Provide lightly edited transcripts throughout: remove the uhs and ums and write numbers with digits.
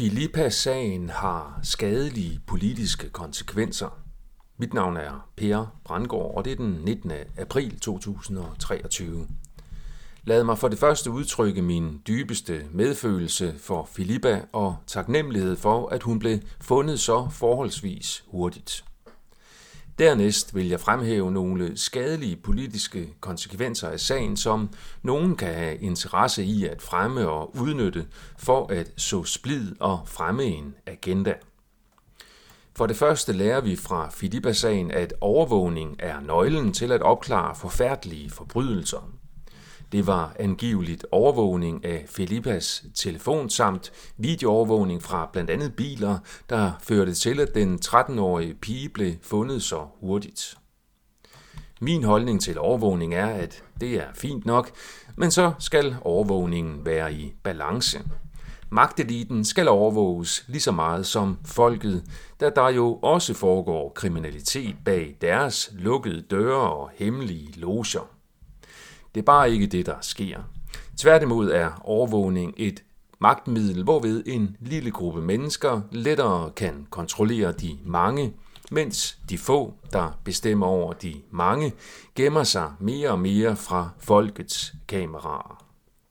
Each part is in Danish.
Filippa-sagen har skadelige politiske konsekvenser. Mit navn er Per Brandgaard, og det er den 19. april 2023. Lad mig for det første udtrykke min dybeste medfølelse for Filippa og taknemmelighed for, at hun blev fundet så forholdsvis hurtigt. Dernæst vil jeg fremhæve nogle skadelige politiske konsekvenser af sagen, som nogen kan have interesse i at fremme og udnytte for at så splid og fremme en agenda. For det første lærer vi fra Filippa-sagen, at overvågning er nøglen til at opklare forfærdelige forbrydelser. Det var angiveligt overvågning af Filippas telefon samt videoovervågning fra blandt andet biler, der førte til, at den 13-årige pige blev fundet så hurtigt. Min holdning til overvågning er, at det er fint nok, men så skal overvågningen være i balance. Magteliten skal overvåges lige så meget som folket, da der jo også foregår kriminalitet bag deres lukkede døre og hemmelige loger. Det er bare ikke det, der sker. Tværtimod er overvågning et magtmiddel, hvorved en lille gruppe mennesker lettere kan kontrollere de mange, mens de få, der bestemmer over de mange, gemmer sig mere og mere fra folkets kameraer.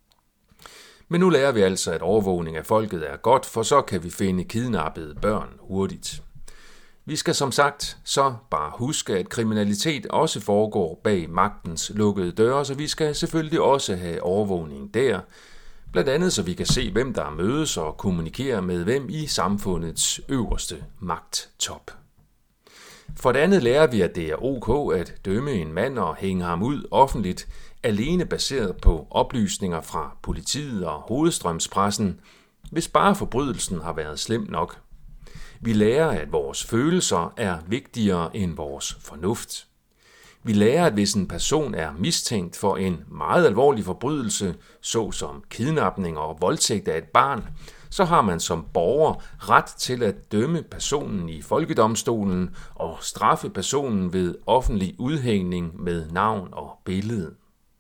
Men nu lærer vi altså, at overvågning af folket er godt, for så kan vi finde kidnappede børn hurtigt. Vi skal som sagt så bare huske, at kriminalitet også foregår bag magtens lukkede døre, så vi skal selvfølgelig også have overvågning der. Blandt andet så vi kan se, hvem der mødes og kommunikerer med hvem i samfundets øverste magttop. For det andet lærer vi, at det er ok at dømme en mand og hænge ham ud offentligt, alene baseret på oplysninger fra politiet og hovedstrømspressen, hvis bare forbrydelsen har været slem nok. Vi lærer, at vores følelser er vigtigere end vores fornuft. Vi lærer, at hvis en person er mistænkt for en meget alvorlig forbrydelse, såsom kidnapning og voldtægt af et barn, så har man som borger ret til at dømme personen i folkedomstolen og straffe personen ved offentlig udhængning med navn og billede.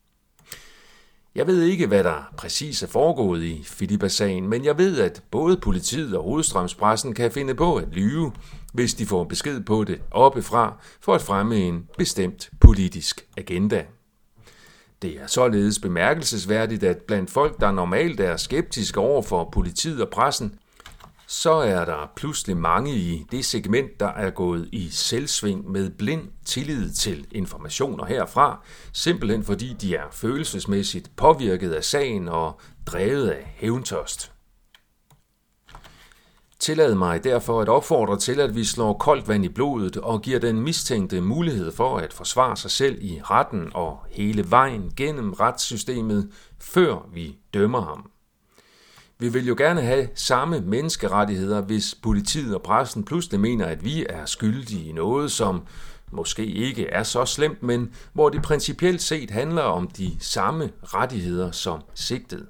Jeg ved ikke, hvad der præcis er foregået i Filippa-sagen, men jeg ved, at både politiet og hovedstrømspressen kan finde på at lyve, hvis de får besked på det oppefra for at fremme en bestemt politisk agenda. Det er således bemærkelsesværdigt, at blandt folk, der normalt er skeptiske over for politiet og pressen, så er der pludselig mange i det segment, der er gået i selvsving med blind tillid til informationer herfra, simpelthen fordi de er følelsesmæssigt påvirket af sagen og drevet af hævntørst. Tillad mig derfor at opfordre til, at vi slår koldt vand i blodet og giver den mistænkte mulighed for at forsvare sig selv i retten og hele vejen gennem retssystemet, før vi dømmer ham. Vi vil jo gerne have samme menneskerettigheder, hvis politiet og pressen pludselig mener, at vi er skyldige i noget, som måske ikke er så slemt, men hvor det principielt set handler om de samme rettigheder som sigtet.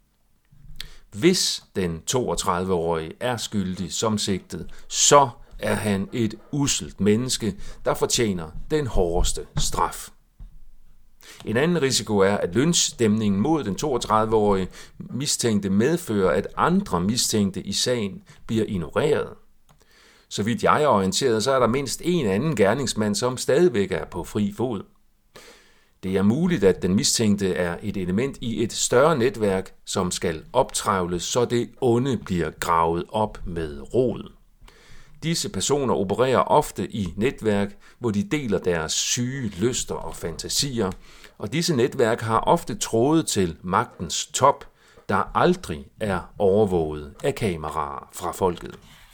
Hvis den 32-årige er skyldig som sigtet, så er han et usselt menneske, der fortjener den hårdeste straf. En anden risiko er, at lynchstemningen mod den 32-årige mistænkte medfører, at andre mistænkte i sagen bliver ignoreret. Så vidt jeg er orienteret, så er der mindst en anden gerningsmand, som stadigvæk er på fri fod. Det er muligt, at den mistænkte er et element i et større netværk, som skal optrævles, så det onde bliver gravet op med rod. Disse personer opererer ofte i netværk, hvor de deler deres syge lyster og fantasier, og disse netværk har ofte tråde til magtens top, der aldrig er overvåget af kameraer fra folket.